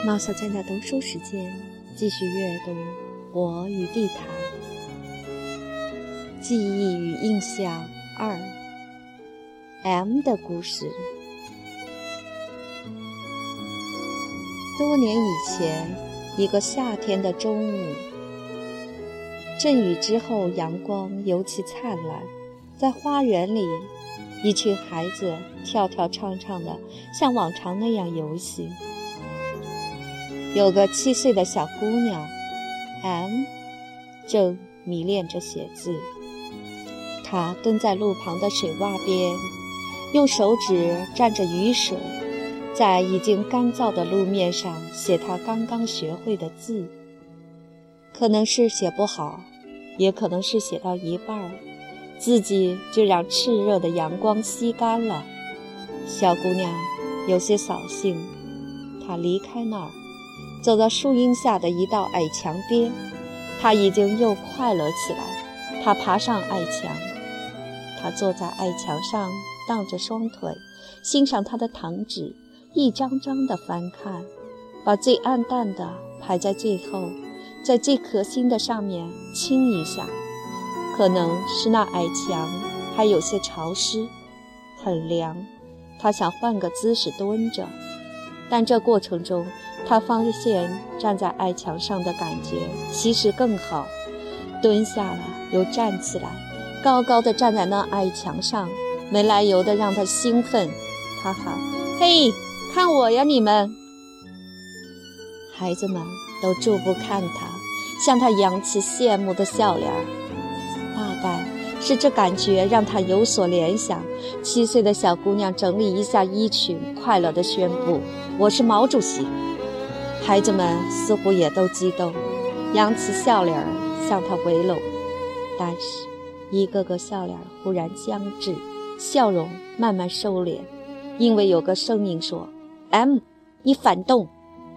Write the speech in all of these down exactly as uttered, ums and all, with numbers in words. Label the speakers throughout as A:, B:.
A: 猫小娟的读书时间，继续阅读《我与地毯》，记忆与印象二 M 的故事。多年以前，一个夏天的中午，阵雨之后，阳光尤其灿烂，在花园里，一群孩子跳跳唱唱的像往常那样游戏。有个七岁的小姑娘 M 正迷恋着写字，她蹲在路旁的水洼边，用手指沾着雨水，在已经干燥的路面上写她刚刚学会的字。可能是写不好，也可能是写到一半，自己就让炽热的阳光吸干了。小姑娘有些扫兴，她离开那儿，走到树荫下的一道矮墙边，她已经又快乐起来。她爬上矮墙，她坐在矮墙上，荡着双腿，欣赏她的糖纸，一张张地翻看，把最暗淡的排在最后，在最可心的上面亲一下。可能是那矮墙还有些潮湿，很凉，她想换个姿势蹲着，但这过程中她发现站在矮墙上的感觉其实更好。蹲下了又站起来，高高的站在那矮墙上，没来由的让她兴奋。她喊：嘿，看我呀你们！孩子们都驻步看她，向她扬起羡慕的笑脸。大概是这感觉让她有所联想，七岁的小姑娘整理一下衣裙，快乐地宣布：我是毛主席。孩子们似乎也都激动，扬起笑脸向她围拢，但是一个个笑脸忽然僵滞，笑容慢慢收敛，因为有个声音说： M 你反动。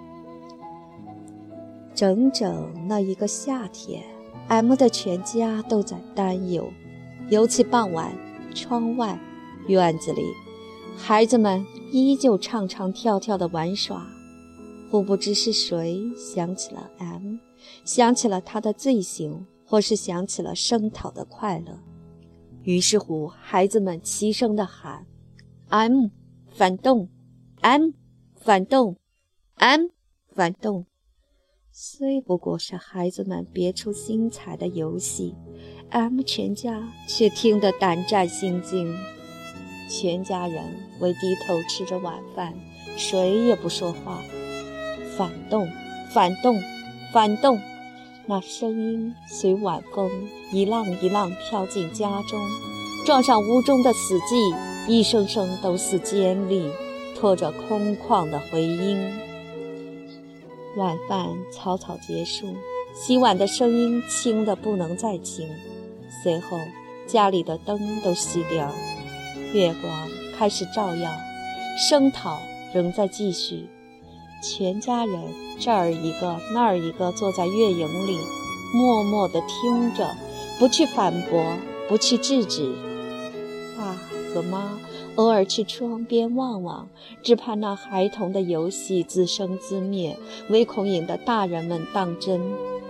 A: 整整那一个夏天， M 的全家都在担忧，尤其傍晚，窗外院子里，孩子们依旧唱唱跳跳地玩耍。忽不知是谁想起了 M， 想起了他的罪行，或是想起了声讨的快乐。于是乎，孩子们齐声地喊： M 反动， M 反动， M 反动。虽不过是孩子们别出心裁的游戏， M 全家却听得胆战心惊。全家人围低头吃着晚饭，谁也不说话。反动，反动，反动，那声音随晚风一浪一浪飘进家中，撞上屋中的死寂，一声声都似尖利，拖着空旷的回音。晚饭草草结束，洗碗的声音轻得不能再轻，随后家里的灯都熄掉，月光开始照耀，声讨仍在继续。全家人这儿一个那儿一个坐在月影里，默默地听着，不去反驳，不去制止。爸和妈偶尔去窗边望望，只怕那孩童的游戏自生自灭，唯恐引得大人们当真。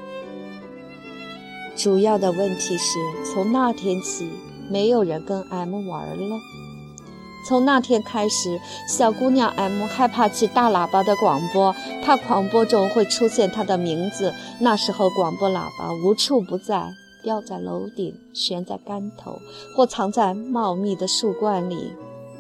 A: 主要的问题是，从那天起，没有人跟 M 玩了。从那天开始，小姑娘 M 害怕起大喇叭的广播，怕广播中会出现她的名字。那时候广播喇叭无处不在，吊在楼顶，悬在竿头，或藏在茂密的树冠里。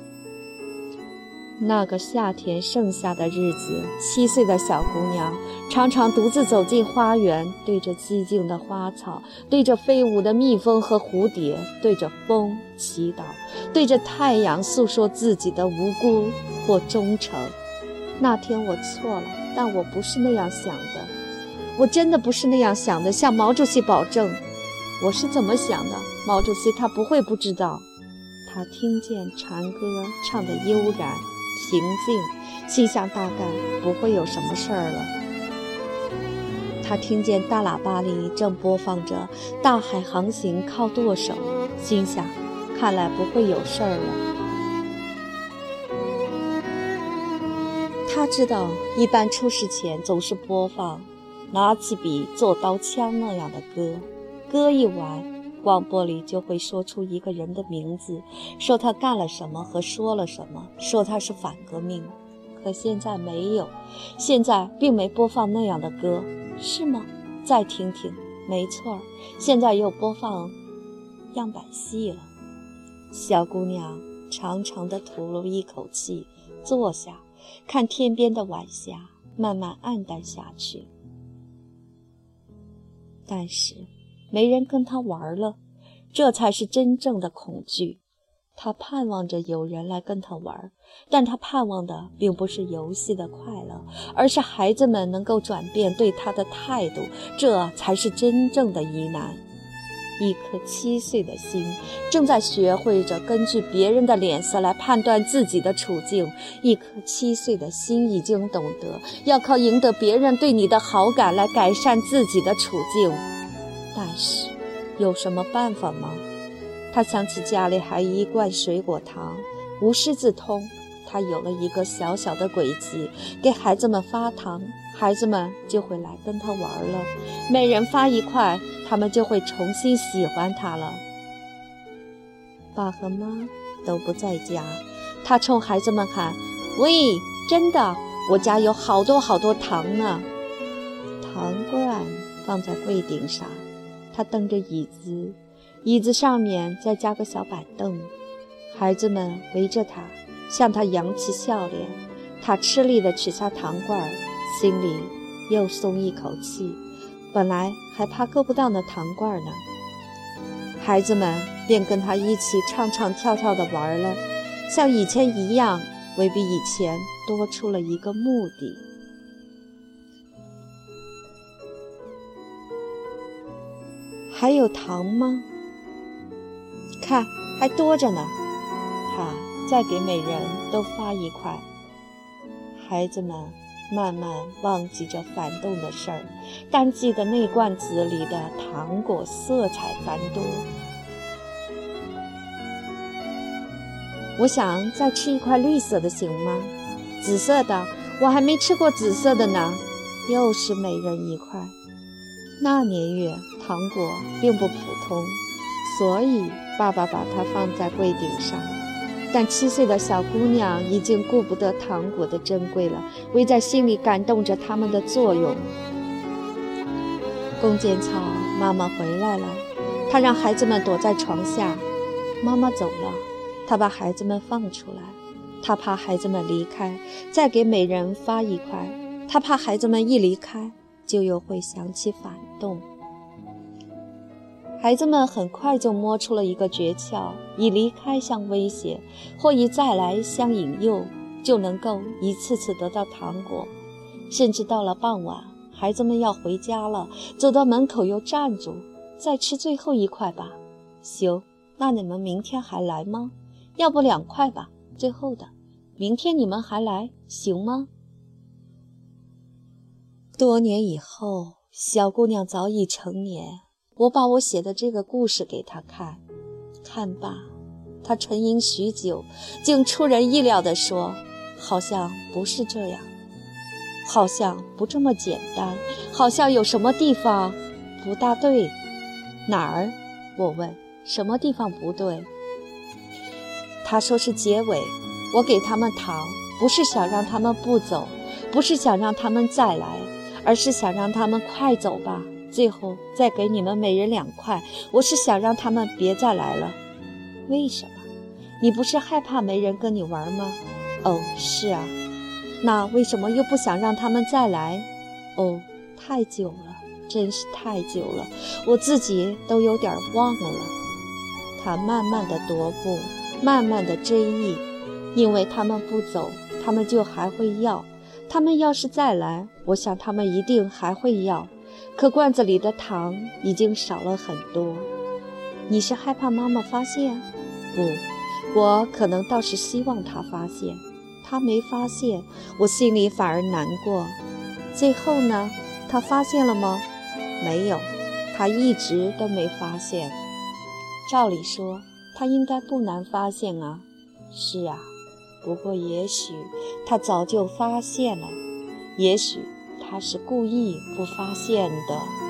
A: 那个夏天盛夏的日子，七岁的小姑娘常常独自走进花园，对着寂静的花草，对着飞舞的蜜蜂和蝴蝶，对着风祈祷，对着太阳诉说自己的无辜或忠诚。那天我错了，但我不是那样想的，我真的不是那样想的，向毛主席保证。我是怎么想的，毛主席他不会不知道。他听见蝉歌唱得悠然平静，心想大概不会有什么事儿了。他听见大喇叭里正播放着《大海航行靠舵手》，心想看来不会有事儿了。他他知道一般出事前总是播放拿起笔做刀枪那样的歌，歌一完，广播里就会说出一个人的名字，说他干了什么和说了什么，说他是反革命。可现在没有，现在并没播放那样的歌，是吗？再听听，没错，现在又播放样板戏了。小姑娘长长的吐了一口气，坐下，看天边的晚霞慢慢暗淡下去。但是没人跟她玩了，这才是真正的恐惧。她盼望着有人来跟她玩，但她盼望的并不是游戏的快乐，而是孩子们能够转变对她的态度，这才是真正的疑难。一颗七岁的心正在学会着根据别人的脸色来判断自己的处境，一颗七岁的心已经懂得要靠赢得别人对你的好感来改善自己的处境。但是有什么办法吗？他想起家里还一罐水果糖，无师自通，他有了一个小小的诡计，给孩子们发糖，孩子们就会来跟他玩了，每人发一块，他们就会重新喜欢他了。爸和妈都不在家，他冲孩子们喊：喂，真的，我家有好多好多糖呢。糖罐放在柜顶上，他蹬着椅子，椅子上面再加个小板凳，孩子们围着他，向他扬起笑脸。他吃力地取下糖罐，心里又松一口气，本来还怕够不到那糖罐呢。孩子们便跟他一起唱唱跳跳地玩了，像以前一样，未比以前多出了一个目的。还有糖吗？看，还多着呢。他再给每人都发一块。孩子们慢慢忘记着反动的事儿，但记得那罐子里的糖果色彩繁多。我想再吃一块绿色的行吗？紫色的，我还没吃过紫色的呢。又是每人一块。那年月糖果并不普通，所以爸爸把它放在柜顶上。但七岁的小姑娘已经顾不得糖果的珍贵了，唯在心里感动着它们的作用。弓箭草妈妈回来了，她让孩子们躲在床下。妈妈走了，她把孩子们放出来，她怕孩子们离开，再给每人发一块，她怕孩子们一离开就又会想起反动。孩子们很快就摸出了一个诀窍，以离开相威胁，或以再来相引诱，就能够一次次得到糖果。甚至到了傍晚，孩子们要回家了，走到门口又站住，再吃最后一块吧。行，那你们明天还来吗？要不两块吧，最后的，明天你们还来，行吗？多年以后，小姑娘早已成年，我把我写的这个故事给她看，看罢，她沉吟许久，竟出人意料地说：好像不是这样，好像不这么简单，好像有什么地方不大对。哪儿？我问。什么地方不对？她说是结尾，我给他们糖，不是想让他们不走，不是想让他们再来，而是想让他们快走吧，最后再给你们每人两块，我是想让他们别再来了。为什么？你不是害怕没人跟你玩吗？哦，是啊。那为什么又不想让他们再来？哦，太久了，真是太久了，我自己都有点忘了。他慢慢地踱步，慢慢地追忆，因为他们不走，他们就还会要，他们要是再来，我想他们一定还会要。可罐子里的糖已经少了很多。你是害怕妈妈发现？不，我可能倒是希望她发现。她没发现，我心里反而难过。最后呢，她发现了吗？没有，她一直都没发现。照理说，她应该不难发现啊。是啊， 不过也许他早就发现了，也许他是故意不发现的。